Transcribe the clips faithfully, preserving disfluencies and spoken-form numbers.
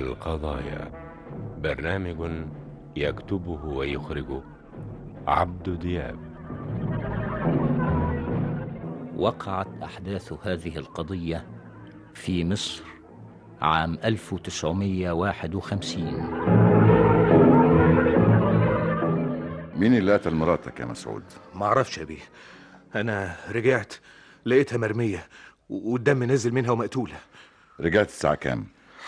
القضايا، برنامج يكتبه ويخرجه عبد دياب. وقعت أحداث هذه القضية في مصر عام ألف وتسعمائة وواحد وخمسين. مين اللي قتل مراتك يا مسعود؟ معرفش يا بيه. انا رجعت لقيتها مرمية والدم نازل منها ومقتولة. رجعت الساعة كام؟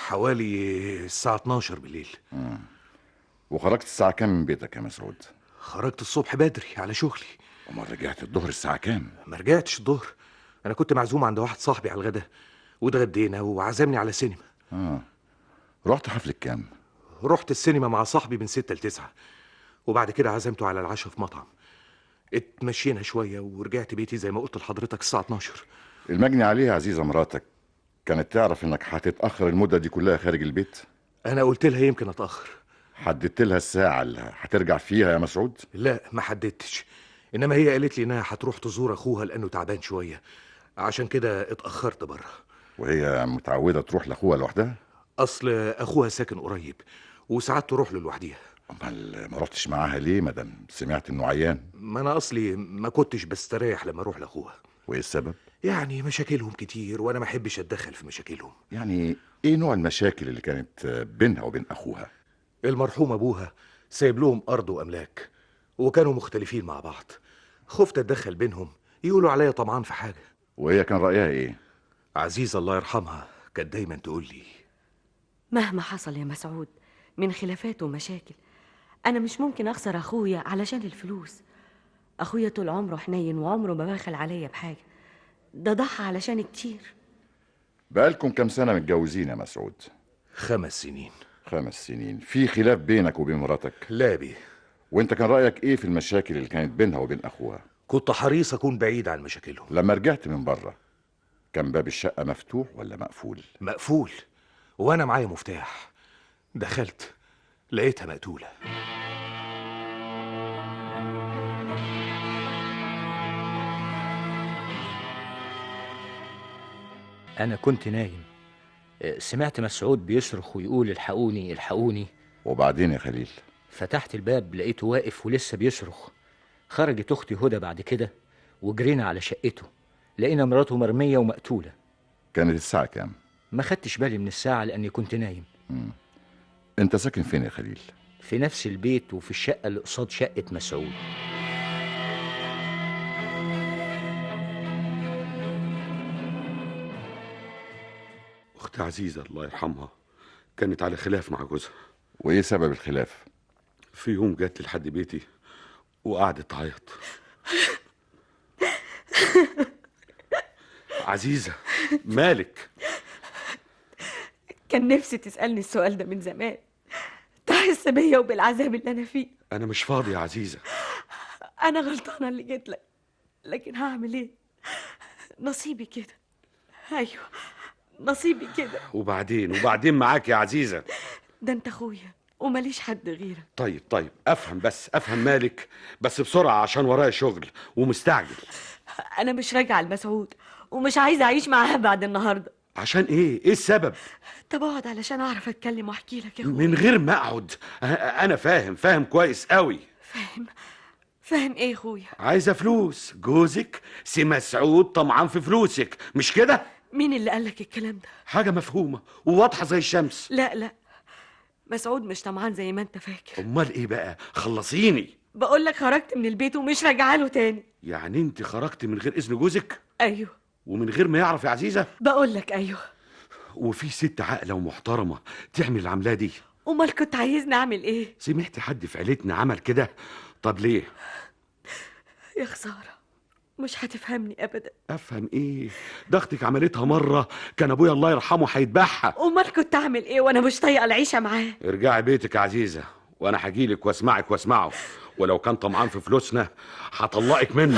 حوالي الساعة اتناشر بالليل. مم. وخرجت الساعة كام من بيتك يا مسعود؟ خرجت الصبح بدري على شغلي. وما رجعت الظهر الساعة كام؟ ما رجعتش الظهر، انا كنت معزوم عند واحد صاحبي على الغدا واتغدينا وعزمني على سينما. اه رحت حفلة كام؟ رحت السينما مع صاحبي من ستة لتسعة، وبعد كده عزمته على العشاء في مطعم. اتمشينا شوية ورجعت بيتي زي ما قلت لحضرتك الساعة اتناشر. المجني عليها عزيزة مراتك كانت تعرف انك هتتأخر المدة دي كلها خارج البيت؟ انا قلت لها يمكن اتأخر. حددت لها الساعة اللي هترجع فيها يا مسعود؟ لا ما حددتش، انما هي قالت لي انها هتروح تزور اخوها لانه تعبان شوية، عشان كده اتأخرت بره. وهي متعودة تروح لاخوها لوحدها؟ اصل اخوها ساكن قريب وساعات تروح له لوحديها. امال ما رحتش معاها ليه مادام سمعت انه عيان؟ ما انا اصلي ما كنتش بستريح لما اروح لاخوها. وايه السبب؟ يعني مشاكلهم كتير وانا ما احبش اتدخل في مشاكلهم. يعني ايه نوع المشاكل اللي كانت بينها وبين اخوها؟ المرحوم ابوها سايب لهم ارض واملاك وكانوا مختلفين مع بعض، خفت اتدخل بينهم يقولوا عليا طمعان في حاجه. وهي كان رايها ايه؟ عزيزه الله يرحمها كانت دايما تقول لي مهما حصل يا مسعود من خلافات ومشاكل، انا مش ممكن اخسر اخويا علشان الفلوس. اخويا طول عمره حنين وعمره ما بخل عليا بحاجه، ده ضحى علشان كتير. بقالكم كام سنه متجوزين يا مسعود؟ خمس سنين. خمس سنين. في خلاف بينك وبين مراتك؟ لا بيه. وانت كان رايك ايه في المشاكل اللي كانت بينها وبين اخوها؟ كنت حريص اكون بعيد عن مشاكلهم. لما رجعت من بره كان باب الشقه مفتوح ولا مقفول؟ مقفول، وانا معايا مفتاح. دخلت لقيتها مقتوله. أنا كنت نايم، سمعت مسعود بيصرخ ويقول الحقوني الحقوني. وبعدين يا خليل؟ فتحت الباب لقيته واقف ولسه بيصرخ. خرجت أختي هدى بعد كده وجرينا على شقته، لقينا مراته مرمية ومقتولة. كانت الساعة كام؟ ما خدتش بالي من الساعة لأني كنت نايم. مم. انت ساكن فين يا خليل؟ في نفس البيت وفي الشقة اللي قصاد شقة مسعود. أختي عزيزة الله يرحمها كانت على خلاف مع جوزها. وإيه سبب الخلاف؟ في يوم جات لي لحد بيتي وقعدت تعيط. عزيزة مالك؟ كان نفسي تسألني السؤال ده من زمان، تحس بيا وبالعذاب اللي أنا فيه. أنا مش فاضي يا عزيزة. أنا غلطانة اللي جيت لك، لكن هعمل إيه؟ نصيبي كده. أيوه نصيبي كده. وبعدين وبعدين معاك يا عزيزة. ده أنت أخويا وماليش حد غيرك. طيب طيب أفهم، بس أفهم مالك بس بسرعة عشان ورايا شغل ومستعجل. أنا مش راجعة لمسعود ومش عايزة أعيش معاها بعد النهاردة. عشان إيه؟ إيه السبب؟ طب اقعد علشان أعرف أتكلم وأحكي لك يا أخويا. من غير ما أقعد؟ أنا فاهم فاهم كويس قوي. فاهم فاهم إيه يا أخويا؟ عايزة فلوس، جوزك سي مسعود طمعان في فلوسك، مش كده؟ مين اللي قالك الكلام ده؟ حاجة مفهومة وواضحة زي الشمس. لا لا، مسعود مش طمعان زي ما انت فاكر. امال ايه بقى؟ خلصيني. بقولك خرجت من البيت ومش راجعه له تاني. يعني انت خرجت من غير اذن جوزك؟ ايوه. ومن غير ما يعرف يا عزيزة؟ بقولك ايوه. وفي ست عاقلة ومحترمة تعمل العملة دي؟ امال كنت عايزني اعمل ايه؟ سمعت حد في عيلتنا عمل كده؟ طب ليه؟ يا خسارة، مش هتفهمني ابدا. افهم ايه؟ ده اختك عملتها مرة كان ابويا الله يرحمه هيذبحها. امال كنت اعمل ايه وانا مش طايقة العيشة معاه؟ ارجعي بيتك يا عزيزة وانا هجيلك واسمعك واسمعه، ولو كان طمعان في فلوسنا هطلقك منه.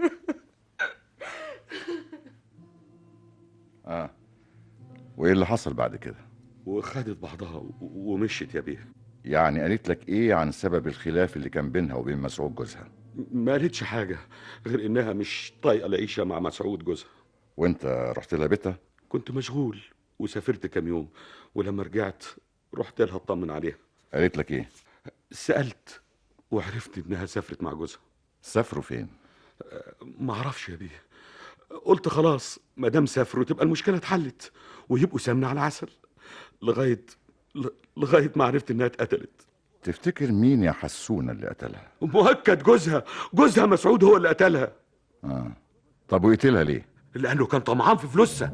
اه وايه اللي حصل بعد كده؟ وخدت بعضها ومشيت يا بيه. يعني قالت لك ايه عن سبب الخلاف اللي كان بينها وبين مسعود جوزها؟ ما قالتش حاجة غير انها مش طايقة العيشة مع مسعود جوزها. وانت رحت لها بيتها؟ كنت مشغول وسافرت كام يوم، ولما رجعت رحت لها اطمن عليها. قالت لك ايه؟ سألت وعرفت انها سافرت مع جوزها. سافروا فين؟ ما اعرفش يا بيه. قلت خلاص ما دام سافروا تبقى المشكله اتحلت ويبقوا سمنه على عسل، لغايه ل- لغايه ما عرفت انها اتقتلت. تفتكر مين يا حسونة اللي قتلها؟ مؤكد جوزها، جوزها مسعود هو اللي قتلها. اه طب وقتلها ليه؟ لانه كان طمعان في فلوسها.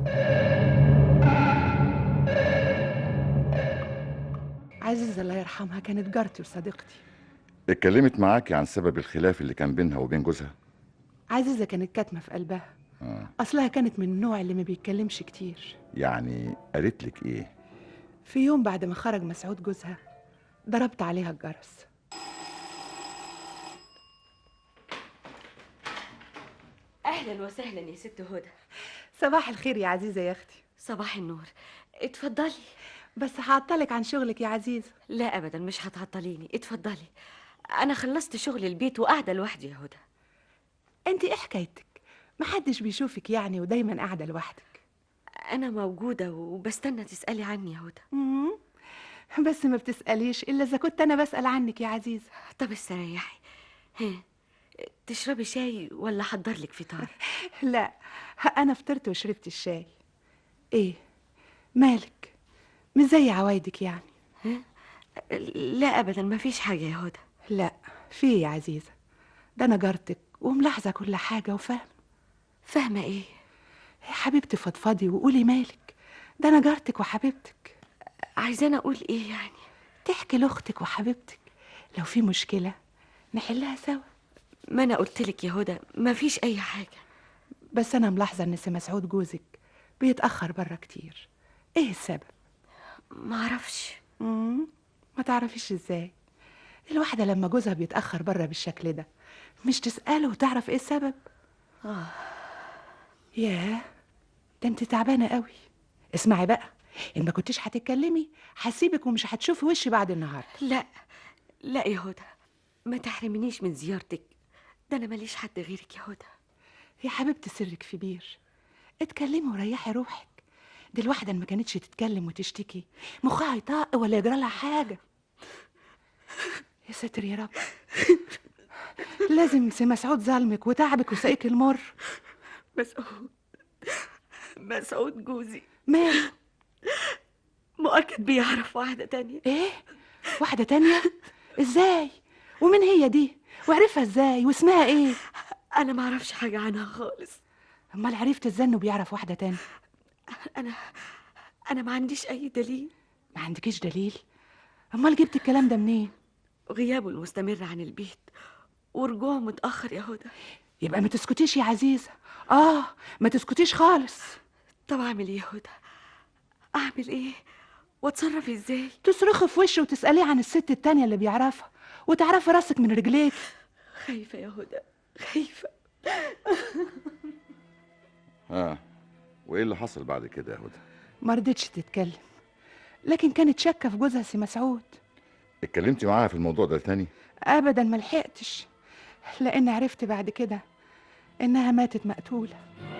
عزيزة الله يرحمها كانت جارتي وصديقتي. اتكلمت معاكي عن سبب الخلاف اللي كان بينها وبين جوزها؟ عزيزة كانت كاتمة في قلبها. آه. أصلها كانت من النوع اللي ما بيتكلمش كتير. يعني قالت لك ايه؟ في يوم بعد ما خرج مسعود جوزها ضربت عليها الجرس. اهلا وسهلا يا ست هدى. صباح الخير يا عزيزة يا أختي. صباح النور. اتفضلي. بس هعطلك عن شغلك يا عزيزة. لا ابدا مش هتعطليني، اتفضلي. انا خلصت شغل البيت وقاعده لوحدي يا هدى. انت ايه حكايتك؟ محدش بيشوفك يعني ودايما قاعدة لوحدك. انا موجوده وبستنى تسالي عني يا هدى. مم. بس ما بتسأليش إلا إذا كنت أنا بسأل عنك يا عزيزة. طب استريحي. ها، تشربي شاي ولا احضر لك فطار؟ لا أنا فطرت وشربت الشاي. إيه مالك؟ مش زي عوايدك يعني. ها؟ لا ابدا ما فيش حاجه يا هدى. لا في إيه يا عزيزة؟ ده أنا جارتك وملاحظة كل حاجة وفاهمة. فاهمه ايه؟ يا حبيبتي فضفضي وقولي مالك. ده أنا جارتك وحبيبتك. عايزاني اقول ايه يعني؟ تحكي لاختك وحبيبتك، لو في مشكلة نحلها سوا. ما انا قلت لك يا هدى ما فيش اي حاجه. بس أنا ملاحظة إن سي مسعود جوزك بيتأخر برا كتير. إيه السبب؟ ما اعرفش. مم. ما تعرفيش إزاي؟ الواحدة لما جوزها بيتأخر برا بالشكل ده مش تسأله وتعرف إيه السبب؟ اه ياه ده انت تعبانة قوي. اسمعي بقى، إن ما كنتش هتتكلمي هسيبك ومش هتشوفي وشي بعد النهاردة. لا لا يا هدى، ما تحرمنيش من زيارتك. ده انا ماليش حد غيرك يا هدى. يا حبيبتي سرك في بير. اتكلمي وريحي روحك. دي الواحدة ما كانتش تتكلم وتشتكي مخها يطاق ولا يجرى لها حاجة. يا ساتر يا رب. لازم سي مسعود ظلمك وتعبك وسقيك المر. مسعود مسعود جوزي ماله؟ مؤكد بيعرف واحدة تانية. ايه؟ واحدة تانية؟ ازاي؟ ومين هي دي؟ وعرفها ازاي؟ واسمها ايه؟ انا ما اعرفش حاجة عنها خالص. امال عرفت ازاي انه بيعرف واحدة تانية؟ انا انا ما عنديش اي دليل. ما عندكيش دليل؟ امال جبت الكلام ده منين؟ غيابه المستمر عن البيت ورجوعه متأخر يا هدى. يبقى ما تسكتيش يا عزيزة. اه ما تسكتيش خالص. طب اعمل ايه يا هدى؟ اعمل ايه واتصرف ازاي؟ تصرخي في وشه وتسأليه عن الست التانية اللي بيعرفها وتعرفي راسك من رجليك. خايفة يا هدى خايفة. اه وايه اللي حصل بعد كده يا هدى؟ ما رضتش تتكلم، لكن كانت شاكة في جوزها سي مسعود. اتكلمتي معاها في الموضوع ده تاني؟ ابدا ما لحقتش، لان عرفت بعد كده انها ماتت مقتولة.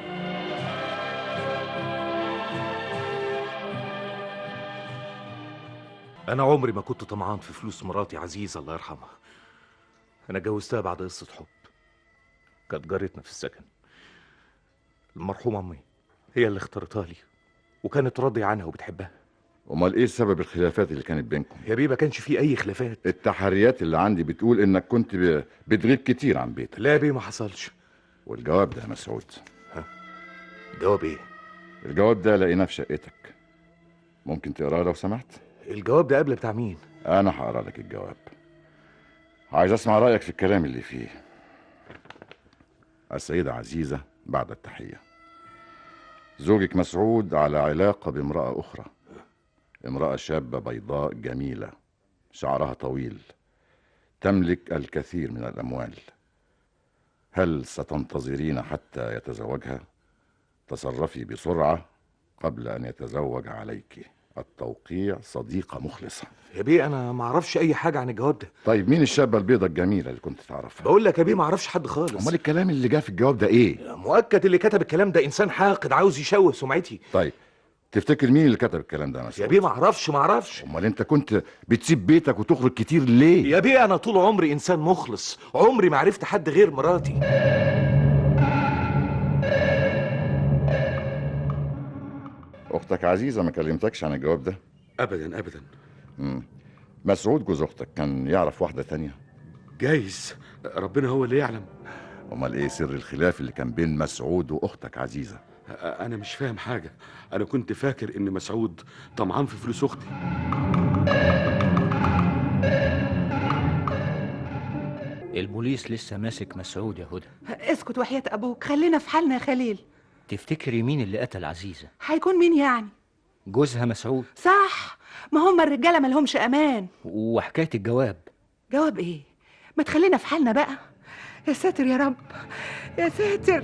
انا عمري ما كنت طمعان في فلوس مراتي عزيزة الله يرحمها. انا جوزتها بعد قصة حب. كانت جارتنا في السكن. المرحومة امي هي اللي اختارتها لي وكانت راضية عنها وبتحبها. امال ايه سبب الخلافات اللي كانت بينكم؟ يا بيه ما كانش فيه اي خلافات. التحريات اللي عندي بتقول انك كنت ب- بتغيب كتير عن بيتك. لا يا بيه ما حصلش. والجواب ده يا مسعود؟ جواب ايه؟ الجواب ده لقيناه في شقتك، ممكن تقراه لو سمحت؟ الجواب ده قبل بتاع مين؟ انا هقرا لك الجواب، عايز اسمع رايك في الكلام اللي فيه. السيدة عزيزة بعد التحية، زوجك مسعود على علاقة بامرأة أخرى، امرأة شابة بيضاء جميلة شعرها طويل تملك الكثير من الأموال. هل ستنتظرين حتى يتزوجها؟ تصرفي بسرعة قبل أن يتزوج عليك. التوقيع صديقة مخلصة. يا بيه انا ما اعرفش اي حاجة عن الجواب ده. طيب مين الشابة البيضة الجميلة اللي كنت تعرفها؟ بقول لك يا بيه ما اعرفش حد خالص. امال الكلام اللي جاء في الجواب ده ايه؟ مؤكد اللي كتب الكلام ده انسان حاقد عاوز يشوه سمعتي. طيب تفتكر مين اللي كتب الكلام ده يا يا مسعود؟ بيه ما اعرفش ما اعرفش امال انت كنت بتسيب بيتك وتخرج كتير ليه؟ يا بيه انا طول عمري انسان مخلص، عمري ما عرفت حد غير مراتي. اختك عزيزه ما كلمتكش عن الجواب ده؟ ابدا ابدا. مم. مسعود جوز اختك كان يعرف واحده تانية؟ جايز، ربنا هو اللي يعلم. امال ايه سر الخلاف اللي كان بين مسعود واختك عزيزه؟ انا مش فاهم حاجه. انا كنت فاكر ان مسعود طمعان في فلوس اختي. البوليس لسه ماسك مسعود يا هدى. اسكت وحياة ابوك، خلينا في حالنا يا خليل. تفتكري مين اللي قتل عزيزة؟ هيكون مين يعني؟ جوزها مسعود. صح، ما هم الرجاله مالهمش امان. وحكاية الجواب؟ جواب ايه؟ ما تخلينا في حالنا بقى. يا ساتر يا رب، يا ساتر.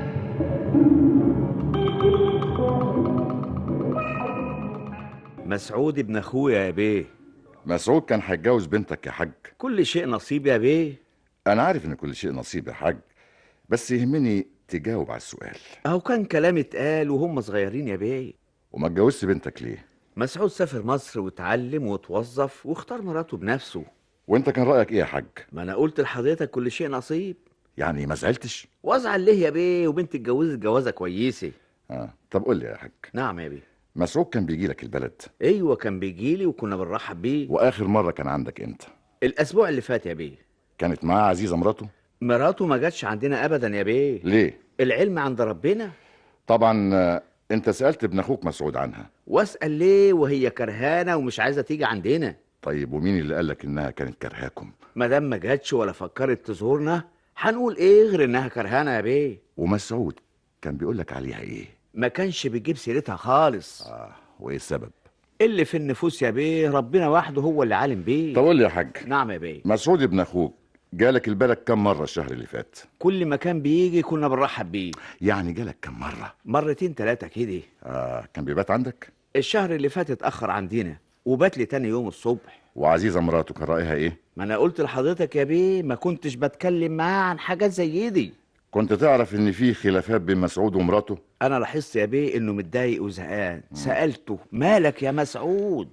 مسعود ابن اخويا يا بيه. مسعود كان هيتجوز بنتك يا حاج. كل شيء نصيب يا بيه. انا عارف ان كل شيء نصيب يا حاج، بس يهمني تجاوب على السؤال. اهو كان كلام اتقال وهم صغيرين يا بيه. وما اتجوزت بنتك ليه؟ مسعود سافر مصر واتعلم واتوظف واختار مراته بنفسه. وانت كان رايك ايه يا حاج؟ ما انا قلت لحضرتك كل شيء نصيب. يعني ما زعلتش؟ وازعل ليه يا بيه؟ وبنت اتجوزت جوازه كويسه. اه طب قول لي يا حاج. نعم يا بيه. مسعود كان بيجي لك البلد؟ ايوه كان بيجيلي وكنا بنرحب بيه. واخر مره كان عندك امتى؟ الاسبوع اللي فات يا بيه. كانت معاه عزيزه مراته؟ مراته ما جاتش عندنا ابدا يا بيه. ليه؟ العلم عند ربنا. طبعا. آه، انت سالت ابن اخوك مسعود عنها. واسال ليه وهي كرهانه ومش عايزه تيجي عندنا؟ طيب ومين اللي قالك انها كانت كرهاكم؟ ما دام ما جاتش ولا فكرت تزورنا هنقول ايه غير انها كرهانه يا بيه؟ ومسعود كان بيقولك عليها ايه؟ ما كانش بيجيب سيرتها خالص. اه وايه السبب؟ اللي في النفوس يا بيه ربنا وحده هو اللي عالم بيه. طب قول لي يا حاج. نعم يا بيه. مسعود ابن اخوك جالك البلد كم مره الشهر اللي فات؟ كل ما كان بيجي كنا بنرحب بيه. يعني جالك كم مره؟ مرتين ثلاثه كده. اه كان بيبات عندك؟ الشهر اللي فات اتاخر عندنا وبات لي تاني يوم الصبح. وعزيزه مراته كان رايها ايه؟ ما انا قلت لحضرتك يا بيه ما كنتش بتكلم معاه عن حاجات زي دي. كنت تعرف ان في خلافات بين مسعود ومراته؟ انا لاحظت يا بيه انه متضايق وزهقان. سالته مالك يا مسعود؟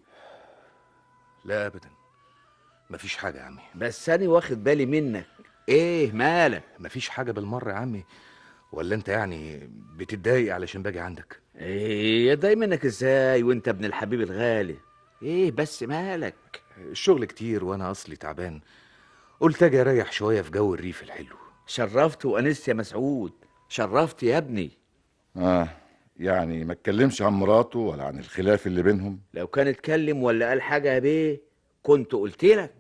لا ابدا مفيش حاجه يا عمي. بس انا واخد بالي منك. ايه مالك؟ مفيش حاجه بالمره يا عمي. ولا انت يعني بتتضايق علشان باجي عندك؟ ايه يضايق منك ازاي وانت ابن الحبيب الغالي؟ ايه بس مالك؟ الشغل كتير وانا اصلي تعبان، قلت اجي اريح شويه في جو الريف الحلو. شرفت وانست يا مسعود، شرفت يا ابني. اه يعني ما اتكلمش عن مراته ولا عن الخلاف اللي بينهم؟ لو كان اتكلم ولا قال حاجه يا بيه كنت قلت لك.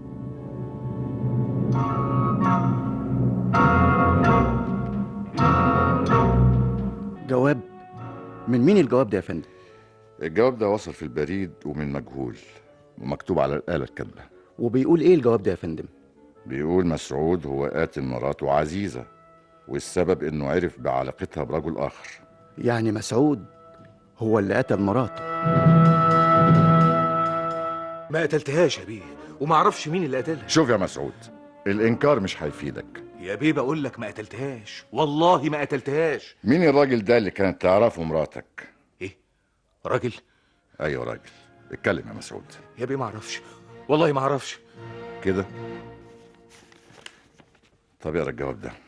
جواب؟ من مين الجواب ده يا فندم؟ الجواب ده وصل في البريد ومن مجهول ومكتوب على الآلة الكاتبة. وبيقول ايه الجواب ده يا فندم؟ بيقول مسعود هو قاتل مراته عزيزة، والسبب انه عرف بعلاقتها برجل اخر. يعني مسعود هو اللي قتل مراته؟ ما قتلتهاش يا بيه وما اعرفش مين اللي قتلها. شوف يا مسعود، الانكار مش هيفيدك. يا بيه بقول لك ما قتلتهاش، والله ما قتلتهاش. مين الراجل ده اللي كانت تعرفه مراتك؟ ايه راجل؟ ايوه راجل. اتكلم يا مسعود. يا بيه ما اعرفش، والله ما اعرفش. كده؟ طب اقرا الجواب ده.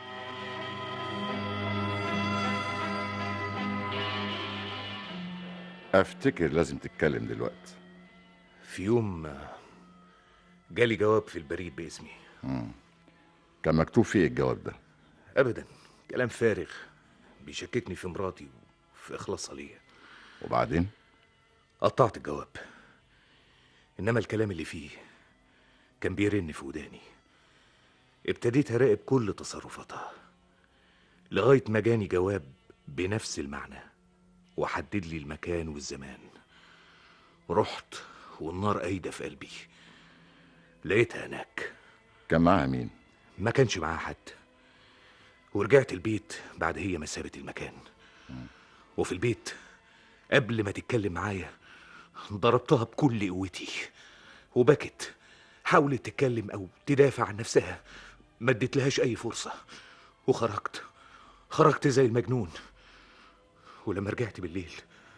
افتكر لازم تتكلم دلوقتي. في يوم جالي جواب في البريد باسمي. مم. كان مكتوب فيه الجواب ده؟ ابدا كلام فارغ بيشككني في مراتي وفي اخلاصها ليا. وبعدين؟ قطعت الجواب، انما الكلام اللي فيه كان بيرن في وداني. ابتديت اراقب كل تصرفاتها لغايه ما جاني جواب بنفس المعنى وحدد لي المكان والزمان. رحت والنار قايده في قلبي، لقيتها هناك. كان معاها مين؟ ما كانش معاها حد، ورجعت البيت بعد هي ما سابت المكان. وفي البيت قبل ما تتكلم معايا ضربتها بكل قوتي وبكت. حاولت تتكلم او تدافع عن نفسها، ما اديتلهاش اي فرصه. وخرجت خرجت زي المجنون. ولما رجعت بالليل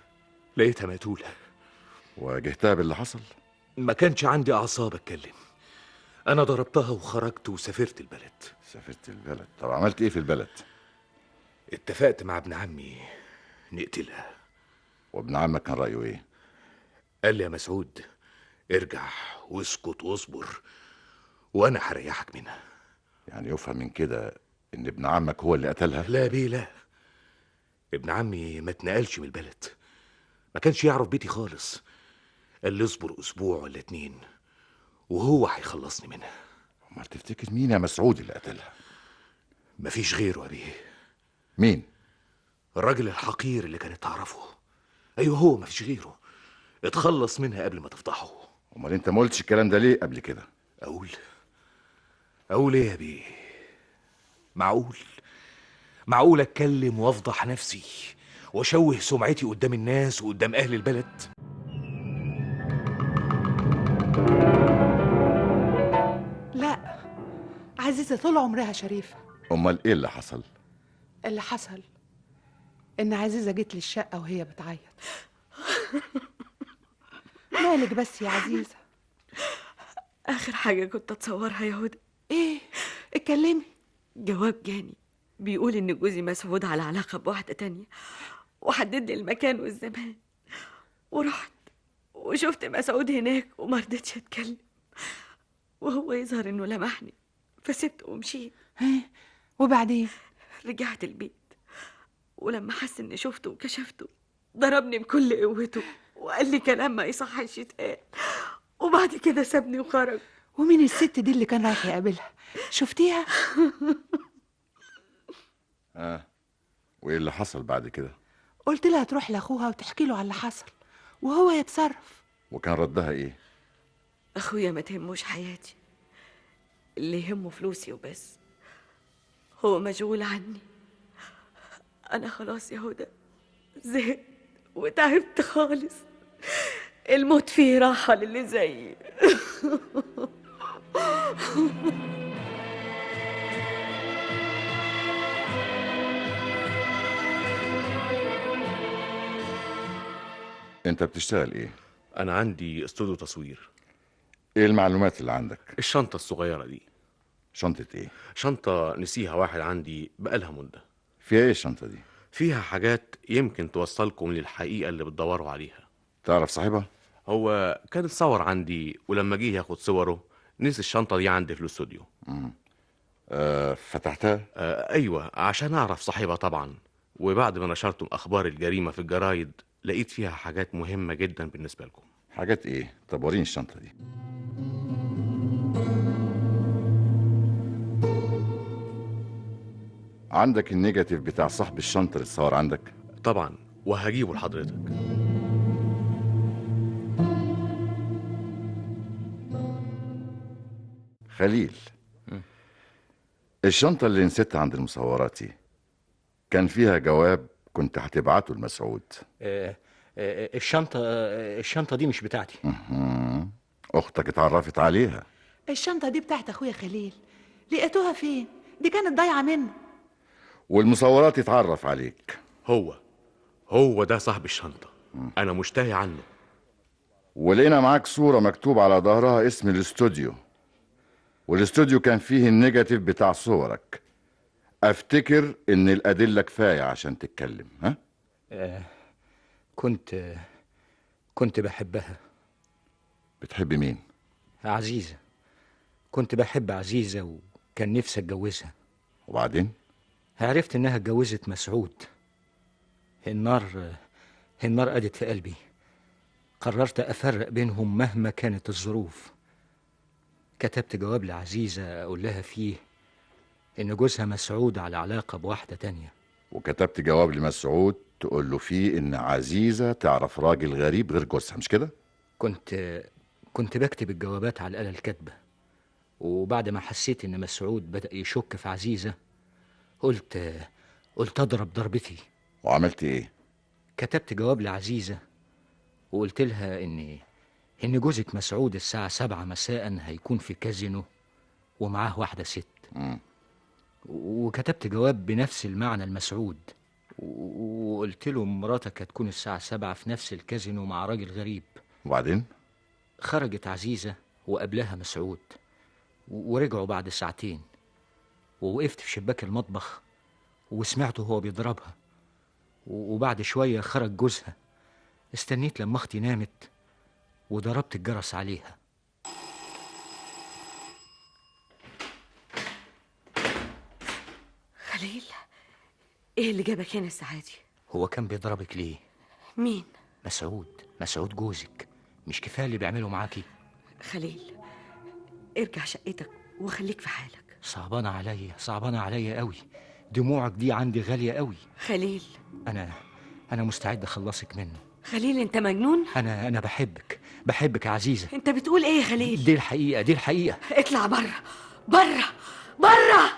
لقيتها مقتولة. واجهتها باللي حصل؟ ما كانش عندي أعصاب أتكلم. أنا ضربتها وخرجت وسافرت البلد. سافرت البلد؟ طب عملت إيه في البلد؟ اتفقت مع ابن عمي نقتلها. وابن عمك كان رأيه إيه؟ قال لي يا مسعود ارجع واسكت واصبر وأنا هريحك منها. يعني يفهم من كده إن ابن عمك هو اللي قتلها؟ لا بيه لا، ابن عمي ما اتنقلش من البلد، ما كانش يعرف بيتي خالص. قال لي اصبر أسبوع ولا اتنين وهو هيخلصني منها. امال تفتكر مين يا مسعود اللي قتلها؟ مفيش غيره يا بيه. مين؟ الراجل الحقير اللي كانت تعرفه. ايوه هو، مفيش غيره. اتخلص منها قبل ما تفضحه. امال انت ما قلتش الكلام ده ليه قبل كده؟ اقول اقول ايه يا بيه؟ معقول معقول اتكلم وافضح نفسي واشوه سمعتي قدام الناس وقدام اهل البلد؟ لا، عزيزة طول عمرها شريفة. امال ايه اللي حصل؟ اللي حصل ان عزيزة جت لي الشقة وهي بتعيط. مالك بس يا عزيزة؟ اخر حاجه كنت اتصورها يا هدى. ايه؟ اتكلمي. جواب جاني بيقول ان جوزي مسعود على علاقه بواحده تانية، وحدد لي المكان والزمان، ورحت وشفت مسعود هناك وما رضيتش اتكلم، وهو يظهر انه لمحني فسبت ومشيت. ها؟ وبعدين؟ رجعت البيت، ولما حس اني شفته وكشفته ضربني بكل قوته وقال لي كلام ما يصحش يتقال، وبعد كده سابني وخرج. ومين الست دي اللي كان رايح يقابلها؟ شفتيها؟ اه وايه اللي حصل بعد كده؟ قلت لها تروح لاخوها وتحكي له على اللي حصل وهو يتصرف. وكان ردها ايه؟ اخويا ما تهموش حياتي، اللي يهمه فلوسي وبس. هو مشغول عني. انا خلاص يا هدى زهقت وتعبت خالص. الموت فيه راحة للي زيي. انت بتشتغل ايه؟ انا عندي استوديو تصوير. ايه المعلومات اللي عندك؟ الشنطة الصغيرة دي. شنطة ايه؟ شنطة نسيها واحد عندي بقالها مدة. فيها ايه الشنطة دي؟ فيها حاجات يمكن توصلكم للحقيقة اللي بتدوروا عليها. تعرف صاحبها؟ هو كان اتصور عندي ولما جه ياخد صوره نسي الشنطة دي عندي في الاستوديو. امم آه فتحتها؟ آه ايوه عشان اعرف صاحبها طبعا. وبعد ما نشرتم اخبار الجريمة في الجرايد لقيت فيها حاجات مهمة جدا بالنسبة لكم. حاجات ايه؟ طب وريني الشنطة دي. عندك النيجاتيف بتاع صاحب الشنطة اللي اتصور عندك؟ طبعا، وهجيبه لحضرتك. خليل، الشنطة اللي نسيتها عند المصوراتي كان فيها جواب كنت هتبعته لمسعود. آه آه الشنطة آه الشنطة دي مش بتاعتي. مه. أختك اتعرفت عليها. الشنطة دي بتاعت أخويا خليل. لقيتوها فين؟ دي كانت ضايعة منه. والمصورات اتعرف عليك. هو هو ده صاحب الشنطة. أنا مشتهي عنه. ولقينا معاك صورة مكتوب على ظهرها اسم الاستوديو، والاستوديو كان فيه النيجاتيف بتاع صورك. افتكر ان الادله كفايه عشان تتكلم. ها؟ آه كنت آه كنت بحبها. بتحب مين؟ عزيزة. كنت بحب عزيزة وكان نفسي اتجوزها. وبعدين؟ عرفت انها اتجوزت مسعود. النار النار قادت في قلبي. قررت افرق بينهم مهما كانت الظروف. كتبت جواب لعزيزة اقول لها فيه ان جوزها مسعود على علاقة بواحدة تانية. وكتبت جواب لمسعود تقول له فيه ان عزيزة تعرف راجل غريب غير جوزها، مش كده؟ كنت كنت بكتب الجوابات على الآلة الكاتبة، وبعد ما حسيت ان مسعود بدأ يشك في عزيزة قلت قلت اضرب ضربتي. وعملت ايه؟ كتبت جواب لعزيزة وقلت لها ان ان جوزك مسعود الساعة سبعة مساء هيكون في كازينو ومعاه واحدة ست. م. وكتبت جواب بنفس المعنى لمسعود، وقلت له مراتك هتكون الساعة سبعة في نفس الكازينو مع راجل غريب. وبعدين؟ خرجت عزيزة وقبلها مسعود و- ورجعوا بعد ساعتين، ووقفت في شباك المطبخ وسمعته هو بيضربها، و- وبعد شوية خرج جوزها. استنيت لما اختي نامت وضربت الجرس عليها. خليل، ايه اللي جابك هنا الساعة دي؟ هو كان بيضربك ليه؟ مين؟ مسعود، مسعود جوزك. مش كفاية اللي بيعمله معاكي؟ خليل، ارجع شقتك وخليك في حالك. صعبانة عليا، صعبانة عليا قوي. دموعك دي عندي غالية قوي. خليل، أنا أنا مستعد أخلصك منه. خليل انت مجنون؟ أنا أنا بحبك، بحبك يا عزيزة. انت بتقول ايه يا خليل؟ دي الحقيقة، دي الحقيقة. اطلع بره، بره، بره.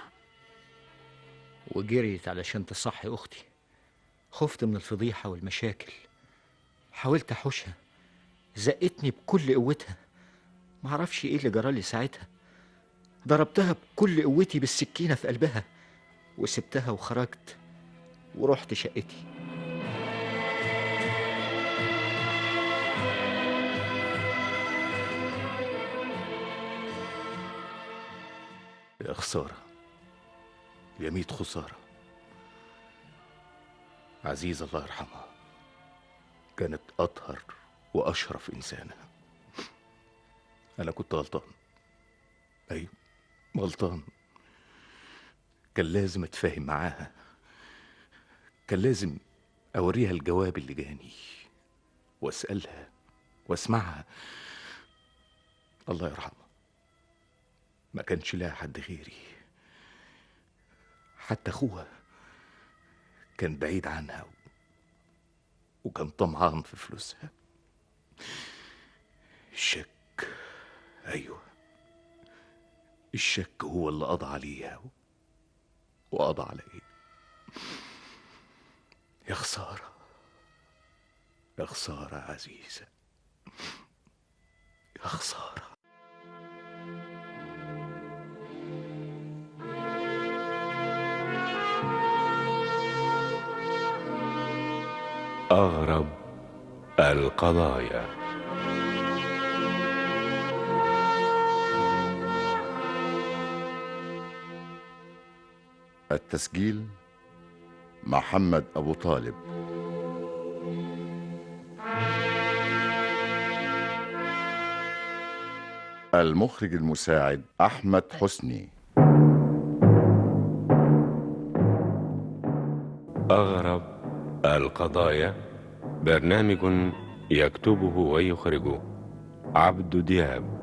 وجريت علشان تصحي أختي. خفت من الفضيحة والمشاكل. حاولت أحوشها، زقتني بكل قوتها. معرفش إيه اللي جرالي ساعتها. ضربتها بكل قوتي بالسكينة في قلبها، وسبتها وخرجت ورحت شقتي. يا خسارة، يا ميت خسارة. عزيزة الله يرحمها كانت أطهر وأشرف إنسانة. أنا كنت غلطان، أيوة غلطان. كان لازم أتفاهم معاها، كان لازم أوريها الجواب اللي جاني وأسألها وأسمعها. الله يرحمها ما كانش لها حد غيري، حتى أخوها كان بعيد عنها وكان طمعان في فلوسها. الشك، أيوة الشك هو اللي قضى عليها وقضى علي. يا خسارة، يا خسارة عزيزة، يا خسارة. أغرب القضايا. التسجيل محمد أبو طالب. المخرج المساعد أحمد حسني. أغرب القضايا برنامج يكتبه ويخرجه عبد دياب.